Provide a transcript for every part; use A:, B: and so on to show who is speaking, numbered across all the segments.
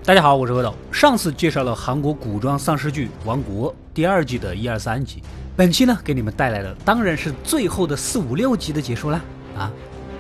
A: 大家好，我是阿斗。上次介绍了韩国古装丧尸剧《王国》第2季的1、2、3集，本期呢给你们带来的当然是最后的4、5、6集的结束啦啊！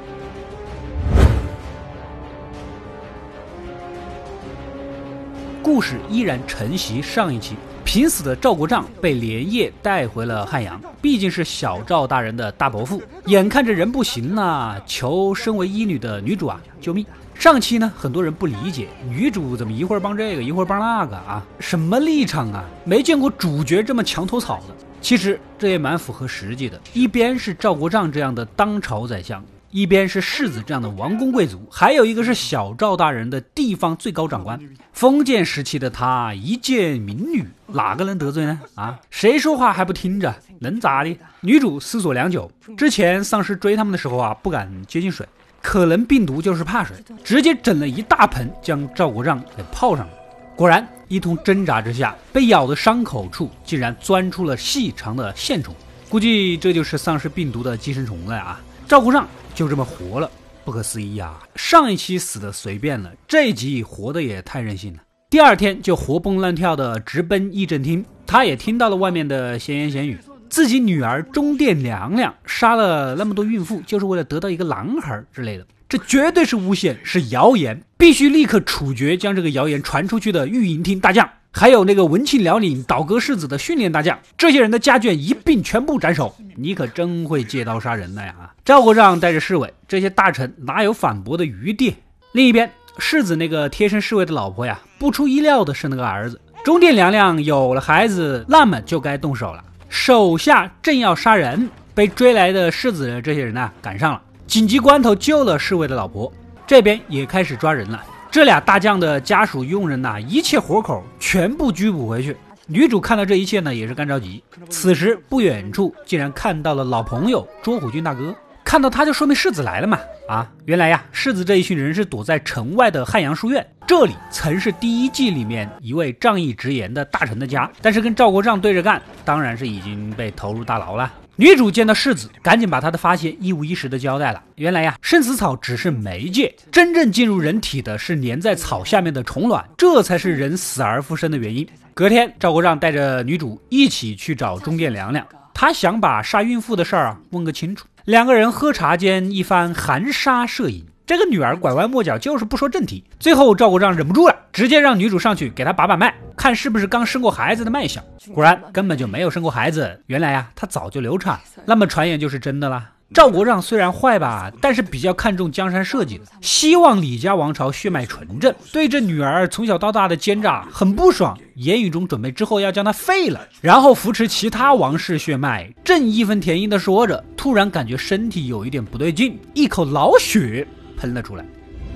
A: 故事依然承袭上一期，濒死的赵国丈被连夜带回了汉阳，毕竟是小赵大人的大伯父，眼看着人不行了，求身为医女的女主啊救命。上期呢，很多人不理解女主怎么一会儿帮这个，一会儿帮那个啊，什么立场啊？没见过主角这么墙头草的。其实这也蛮符合实际的，一边是赵国丈这样的当朝宰相，一边是世子这样的王公贵族，还有一个是小赵大人的地方最高长官。封建时期的他一介民女，哪个能得罪呢？啊，谁说话还不听着，能咋的？女主思索良久，之前丧尸追他们的时候啊，不敢接近水。可能病毒就是怕水，直接整了一大盆将赵国丈给泡上了。果然一通挣扎之下，被咬的伤口处竟然钻出了细长的线虫，估计这就是丧尸病毒的寄生虫了啊！赵国丈就这么活了，不可思议啊！上一期死的随便了，这一集活的也太任性了。第二天就活蹦乱跳的直奔议政厅，他也听到了外面的闲言闲语。自己女儿中殿娘娘杀了那么多孕妇，就是为了得到一个男孩之类的，这绝对是诬陷，是谣言，必须立刻处决将这个谣言传出去的御营厅大将，还有那个文庆辽宁倒戈世子的训练大将，这些人的家眷一并全部斩首。你可真会借刀杀人了呀！赵国丈带着侍卫，这些大臣哪有反驳的余地？另一边，世子那个贴身侍卫的老婆呀，不出意料的生了个儿子。中殿娘娘有了孩子，那么就该动手了。手下正要杀人，被追来的世子的这些人呢赶上了，紧急关头救了侍卫的老婆，这边也开始抓人了。这俩大将的家属佣人呐，一切活口全部拘捕回去。女主看到这一切呢，也是干着急。此时不远处竟然看到了老朋友卓虎军大哥，看到他就说明世子来了嘛。啊，原来呀，世子这一群人是躲在城外的汉阳书院，这里曾是第1季里面一位仗义直言的大臣的家，但是跟赵国丈对着干，当然是已经被投入大牢了。女主见到世子，赶紧把他的发现一五一十的交代了。原来呀，生死草只是媒介，真正进入人体的是粘在草下面的虫卵，这才是人死而复生的原因。隔天，赵国丈带着女主一起去找中殿娘娘，他想把杀孕妇的事儿问个清楚。两个人喝茶间一番含沙射影，这个女儿拐弯抹角就是不说正题。最后赵国丈忍不住了，直接让女主上去给他把脉，看是不是刚生过孩子的脉象。果然根本就没有生过孩子，原来呀，他早就流产，那么传言就是真的啦。赵国丈虽然坏吧，但是比较看重江山社稷的，希望李家王朝血脉纯正，对这女儿从小到大的奸诈很不爽，言语中准备之后要将她废了，然后扶持其他王室血脉，正义愤填膺的说着，突然感觉身体有一点不对劲，一口老血喷了出来。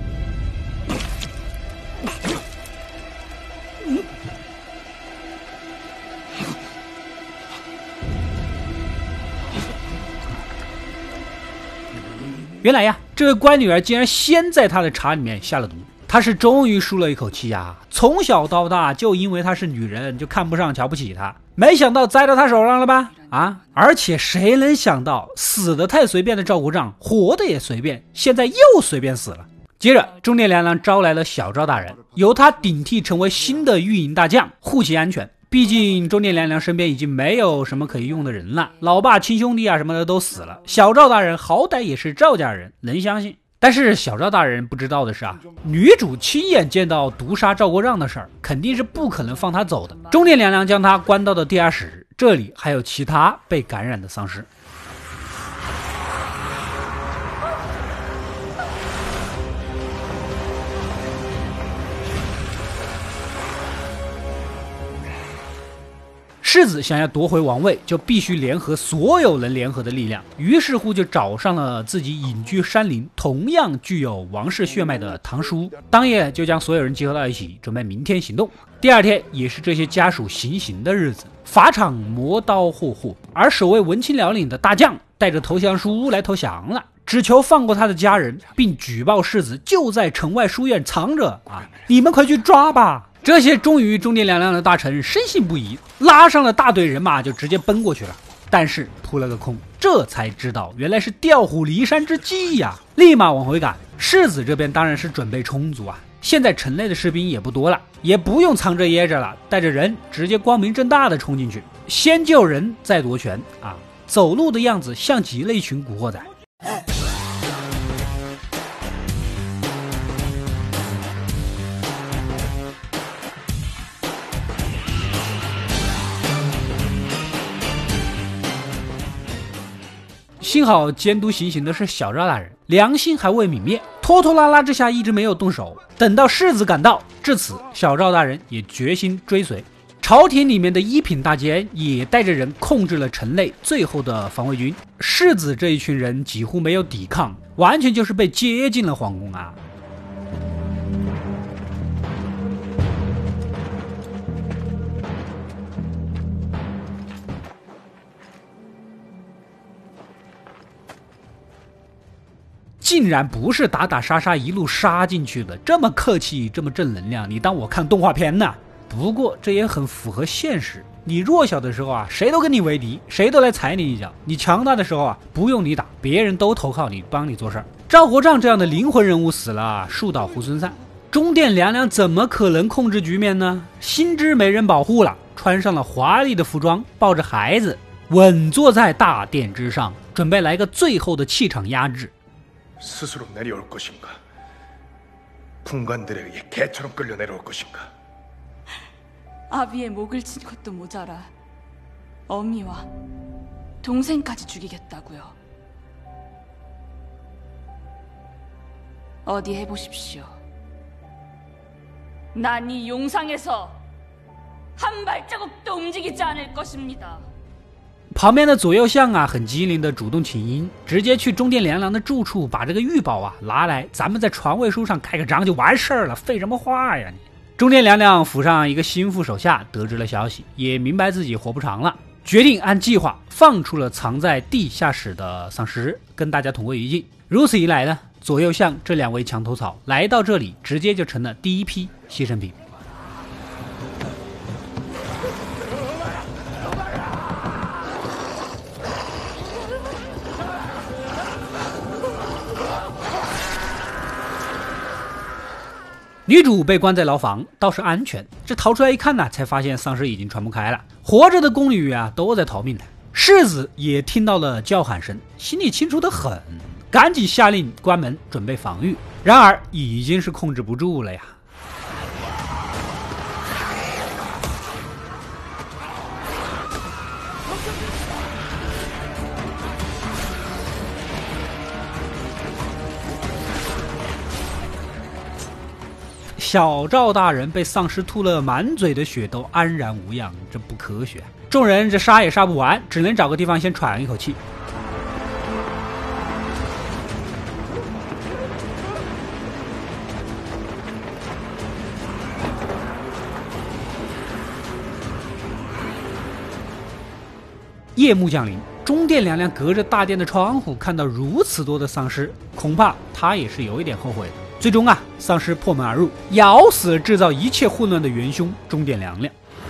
A: 原来呀，这位乖女儿竟然先在她的茶里面下了毒，她是终于舒了一口气呀。从小到大就因为她是女人就看不上瞧不起她，没想到栽到她手上了吧？啊！而且谁能想到死的太随便的赵国丈活的也随便，现在又随便死了。接着中殿娘娘招来了小赵大人，由他顶替成为新的御营大将，护其安全。毕竟中殿娘娘身边已经没有什么可以用的人了，老爸亲兄弟啊什么的都死了，小赵大人好歹也是赵家人，能相信。但是小赵大人不知道的是啊，女主亲眼见到毒杀赵国丈的事儿，肯定是不可能放他走的。中殿娘娘将他关到了地下室，这里还有其他被感染的丧尸。世子想要夺回王位，就必须联合所有能联合的力量，于是乎就找上了自己隐居山林同样具有王室血脉的堂叔，当夜就将所有人集合到一起，准备明天行动。第二天也是这些家属行刑的日子，法场磨刀霍霍，而守卫文清辽岭的大将带着投降书来投降了，只求放过他的家人，并举报世子就在城外书院藏着啊，你们快去抓吧。这些忠于中殿娘娘的大臣深信不疑，拉上了大队人马就直接奔过去了。但是扑了个空，这才知道原来是调虎离山之计呀，立马往回赶。世子这边当然是准备充足啊， 现在城内的士兵也不多了，也不用藏着掖着了，带着人直接光明正大的冲进去，先救人再夺权啊！走路的样子像极了一群古惑仔。幸好监督行刑的是小赵大人，良心还未泯灭，拖拖拉拉之下一直没有动手。等到世子赶到，至此小赵大人也决心追随。朝廷里面的一品大监也带着人控制了城内最后的防卫军。世子这一群人几乎没有抵抗，完全就是被接进了皇宫啊！竟然不是打打杀杀一路杀进去的，这么客气，这么正能量，你当我看动画片呢？不过这也很符合现实，你弱小的时候啊，谁都跟你为敌，谁都来踩你一脚；你强大的时候啊，不用你打，别人都投靠你，帮你做事儿。赵国丈这样的灵魂人物死了，树倒猢狲散，中殿娘娘怎么可能控制局面呢？心知没人保护了，穿上了华丽的服装，抱着孩子，稳坐在大殿之上，准备来个最后的气场压制。
B: 스스로 내려올 것인가? 군관들에 의해 개처럼 끌려 내려올 것인가?
C: 아비의 목을 친 것도 모자라 어미와 동생까지 죽이겠다고요. 어디 해보십시오. 난 이 용상에서 한 발자국도 움직이지 않을 것입니다.
A: 旁边的左右相啊，很机灵的主动请缨，直接去中殿娘娘的住处，把这个玉宝啊拿来，咱们在传位书上盖个章就完事儿了，废什么话呀你！中殿娘娘府上一个心腹手下得知了消息，也明白自己活不长了，决定按计划放出了藏在地下室的丧尸，跟大家同归于尽。如此一来呢，左右相这两位墙头草来到这里，直接就成了第一批牺牲品。女主被关在牢房，倒是安全。这逃出来一看呢，才发现丧尸已经传不开了。活着的宫女啊，都在逃命的。世子也听到了叫喊声，心里清楚得很，赶紧下令关门，准备防御。然而已经是控制不住了呀。小赵大人被丧尸吐了满嘴的血，都安然无恙，这不科学。众人这杀也杀不完，只能找个地方先喘一口气。夜幕降临，中殿娘娘隔着大殿的窗户看到如此多的丧尸，恐怕她也是有一点后悔的。最终啊，丧尸破门而入，咬死了制造一切混乱的元凶中殿娘娘。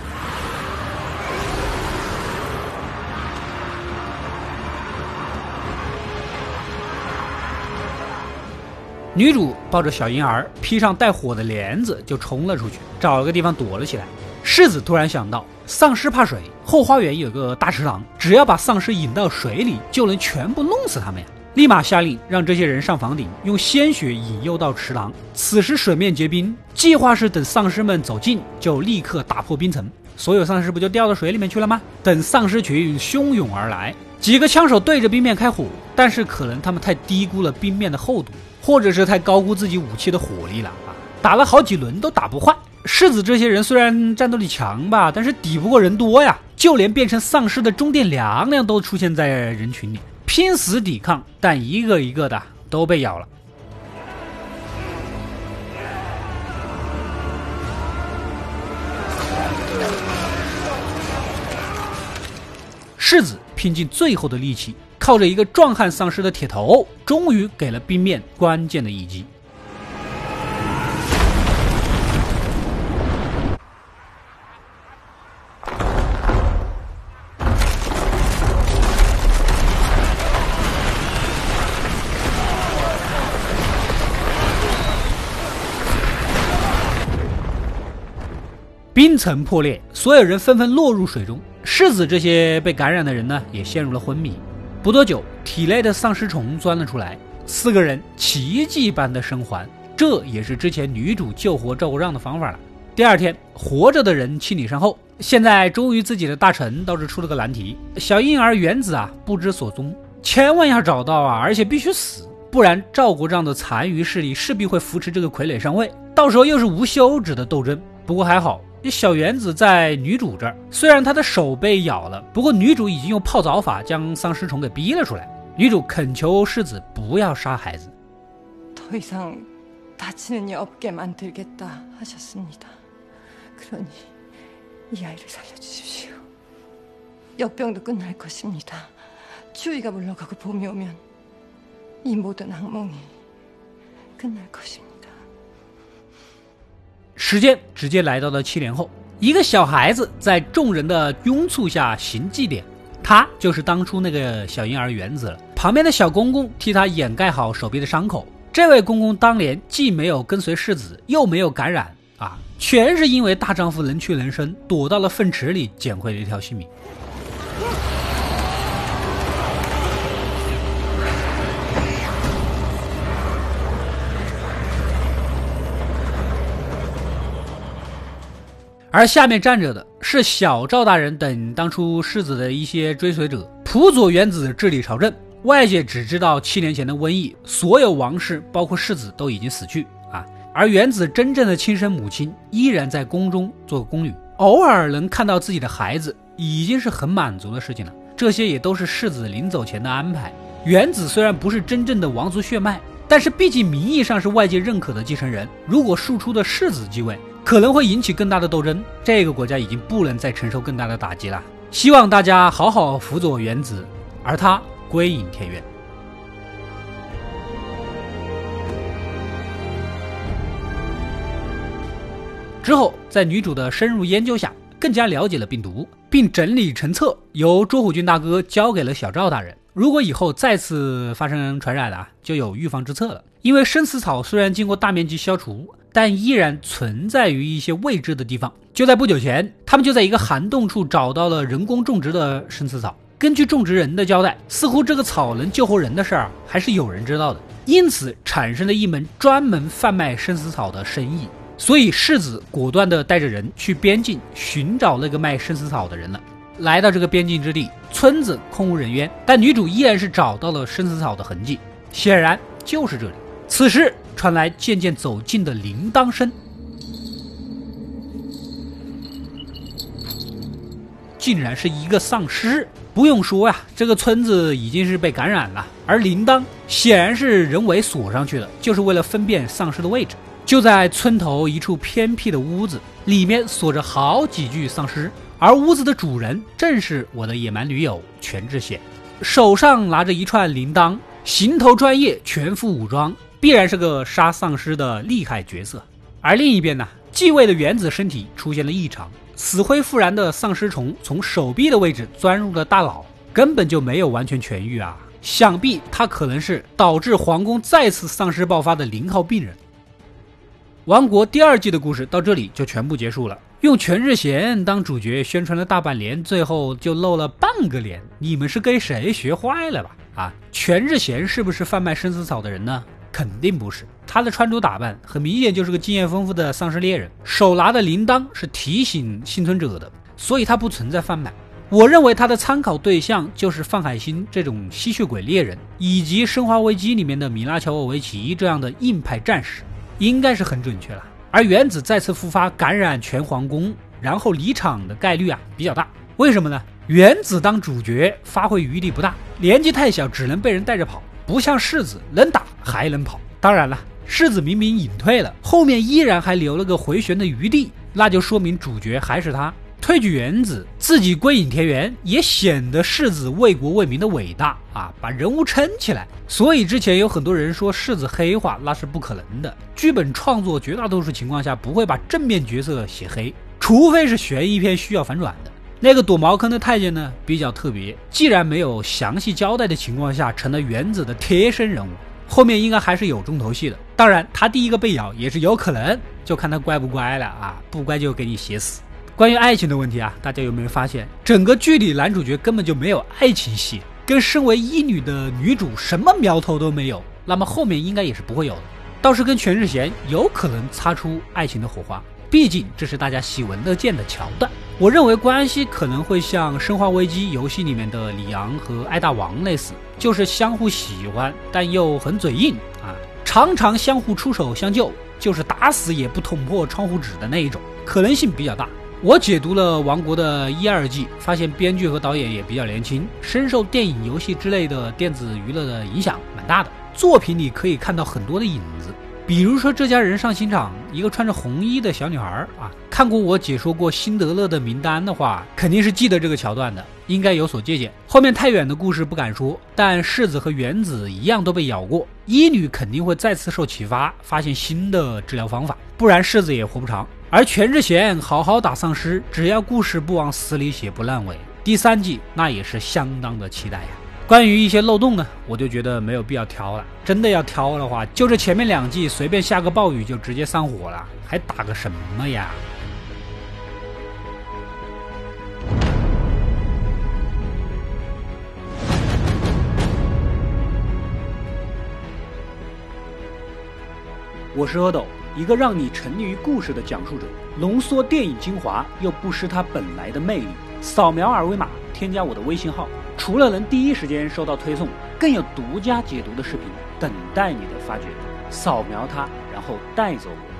A: 女主抱着小婴儿，披上带火的帘子就冲了出去，找了个地方躲了起来。世子突然想到，丧尸怕水，后花园有个大池塘，只要把丧尸引到水里，就能全部弄死他们呀！立马下令让这些人上房顶，用鲜血引诱到池塘。此时水面结冰，计划是等丧尸们走近，就立刻打破冰层，所有丧尸不就掉到水里面去了吗？等丧尸群汹涌而来，几个枪手对着冰面开火，但是可能他们太低估了冰面的厚度，或者是太高估自己武器的火力了啊！打了好几轮都打不坏。世子这些人虽然战斗力强吧，但是抵不过人多呀，就连变成丧尸的中殿娘娘都出现在人群里。拼死抵抗，但一个一个的都被咬了。世子拼尽最后的力气，靠着一个壮汉丧尸的铁头，终于给了冰面关键的一击。 冰层破裂，所有人纷纷落入水中。世子这些被感染的人呢，也陷入了昏迷。不多久，体内的丧尸虫钻了出来，4个人奇迹般的生还，这也是之前女主救活赵国让的方法了。第二天，活着的人清理身后，现在终于自己的大臣倒是出了个难题：小婴儿原子啊不知所踪，千万要找到啊，而且必须死，不然赵国让的残余势力势必会扶持这个傀儡上位，到时候又是无休止的斗争。不过还好，这小原子在女主这儿，虽然她的手被咬了，不过女主已经用泡澡法将丧尸虫给逼了出来。女主恳求世子不要杀孩子。
D: 더 이상 다치는 일 없게 만들겠다 하셨습니다. 그러니 이 아이를 살려주십시오. 역병도 끝날 것입니다. 추위가 물러가고 봄이 오면 이 모든 악몽이 끝날 것입니다.
A: 时间直接来到了7年后，一个小孩子在众人的拥簇下行祭典，他就是当初那个小婴儿原子了。旁边的小公公替他掩盖好手臂的伤口。这位公公当年既没有跟随世子，又没有感染啊，全是因为大丈夫能屈能伸，躲到了粪池里捡回了一条性命。而下面站着的是小赵大人等当初世子的一些追随者，辅佐原子治理朝政。外界只知道7年前的瘟疫，所有王室包括世子都已经死去啊，而原子真正的亲生母亲依然在宫中做宫女，偶尔能看到自己的孩子已经是很满足的事情了。这些也都是世子临走前的安排。原子虽然不是真正的王族血脉，但是毕竟名义上是外界认可的继承人，如果庶出的世子继位，可能会引起更大的斗争，这个国家已经不能再承受更大的打击了。希望大家好好辅佐原子，而他归隐田园。之后，在女主的深入研究下，更加了解了病毒，并整理成册，由卓虎俊大哥交给了小赵大人。如果以后再次发生传染了，就有预防之策了。因为生死草虽然经过大面积消除，但依然存在于一些未知的地方。就在不久前，他们就在一个涵洞处找到了人工种植的生死草。根据种植人的交代，似乎这个草能救活人的事儿还是有人知道的，因此产生了一门专门贩卖生死草的生意。所以世子果断地带着人去边境寻找那个卖生死草的人了。来到这个边境之地，村子空无人烟，但女主依然是找到了生死草的痕迹，显然就是这里。此时传来渐渐走近的铃铛声，竟然是一个丧尸。不用说呀，这个村子已经是被感染了，而铃铛显然是人为锁上去的，就是为了分辨丧尸的位置。就在村头一处偏僻的屋子里面，锁着好几具丧尸，而屋子的主人正是我的野蛮女友全智贤，手上拿着一串铃铛，行头专业，全副武装，必然是个杀丧尸的厉害角色。而另一边呢，继位的原子身体出现了异常，死灰复燃的丧尸虫从手臂的位置钻入了大脑，根本就没有完全痊愈啊！想必他可能是导致皇宫再次丧尸爆发的0号病人。王国第2季的故事到这里就全部结束了。用全智贤当主角宣传了大半年，最后就露了半个脸，你们是跟谁学坏了吧？啊，全智贤是不是贩卖生死草的人呢？肯定不是，他的穿着打扮很明显就是个经验丰富的丧尸猎人，手拿的铃铛是提醒幸存者的，所以他不存在贩卖。我认为他的参考对象就是范海辛这种吸血鬼猎人，以及生化危机里面的米拉乔沃维奇这样的硬派战士，应该是很准确了。而原子再次复发感染全皇宫，然后离场的概率比较大。为什么呢？原子当主角发挥余地不大，年纪太小，只能被人带着跑，不像世子能打还能跑。当然了，世子明明隐退了，后面依然还留了个回旋的余地，那就说明主角还是他。推举原子自己归隐田园，也显得世子为国为民的伟大啊，把人物撑起来。所以之前有很多人说世子黑化，那是不可能的。剧本创作绝大多数情况下不会把正面角色写黑，除非是悬疑片需要反转的。那个躲茅坑的太监呢比较特别，既然没有详细交代的情况下成了原子的贴身人物， 后面应该还是有重头戏的。当然他第一个被咬也是有可能，就看他乖不乖了啊，不乖就给你写死。关于爱情的问题啊，大家有没有发现整个剧里男主角根本就没有爱情戏，跟身为医女的女主什么苗头都没有，那么后面应该也是不会有的。倒是跟全智贤有可能擦出爱情的火花，毕竟这是大家喜闻乐见的桥段。我认为关系可能会像《生化危机》游戏里面的李昂和艾大王类似，就是相互喜欢但又很嘴硬啊，常常相互出手相救，就是打死也不捅破窗户纸的那一种，可能性比较大。我解读了《王国》的1、2季，发现编剧和导演也比较年轻，深受电影、游戏之类的电子娱乐的影响蛮大的。作品里可以看到很多的影子，比如说这家人上刑场，一个穿着红衣的小女孩啊，看过我解说过辛德勒的名单的话，肯定是记得这个桥段的，应该有所借鉴。后面太远的故事不敢说，但世子和原子一样都被咬过，医女肯定会再次受启发，发现新的治疗方法，不然世子也活不长。而全智贤好好打丧尸，只要故事不往死里写，不烂尾，第3季那也是相当的期待呀。关于一些漏洞呢，我就觉得没有必要挑了，真的要挑的话，就是前面2季随便下个暴雨就直接散伙了，还打个什么呀？我是阿斗，一个让你沉溺于故事的讲述者，浓缩电影精华又不失它本来的魅力。扫描二维码添加我的微信号，除了能第一时间收到推送，更有独家解读的视频等待你的发掘。扫描它，然后带走我。